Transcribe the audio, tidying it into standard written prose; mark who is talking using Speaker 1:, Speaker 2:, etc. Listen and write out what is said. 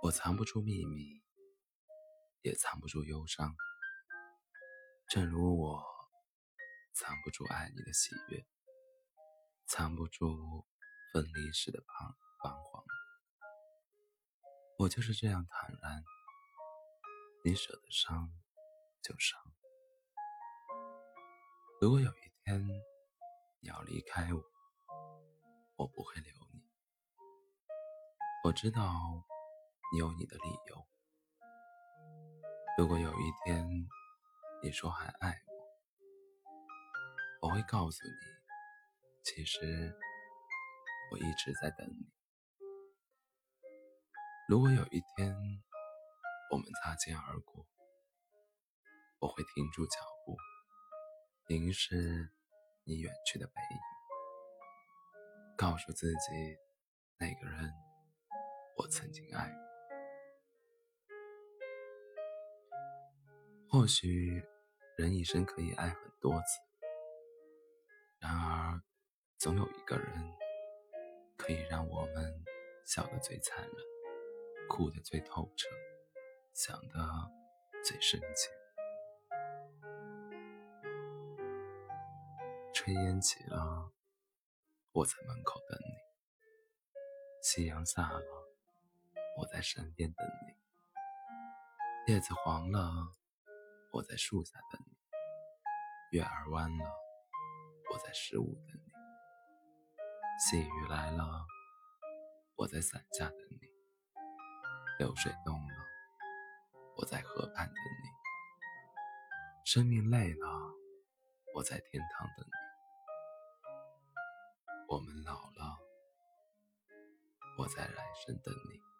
Speaker 1: 我藏不住秘密，也藏不住忧伤，正如我藏不住爱你的喜悦，藏不住分离时的彷徨。我就是这样坦然，你舍得伤就伤。如果有一天你要离开我，我不会留你。我知道你有你的理由。如果有一天你说还爱我，我会告诉你，其实我一直在等你。如果有一天我们擦肩而过，我会停住脚步，凝视你远去的背影，告诉自己那个人我曾经爱过。或许人一生可以爱很多次，然而总有一个人可以让我们笑得最残忍，哭得最透彻，想得最深切。炊烟起了，我在门口等你；夕阳下了，我在山边等你；叶子黄了，我在树下等你；月儿弯了，我在十五等你；细雨来了，我在伞下等你；流水动了，我在河畔等你；生命累了，我在天堂等你。我们老了，我在来生等你。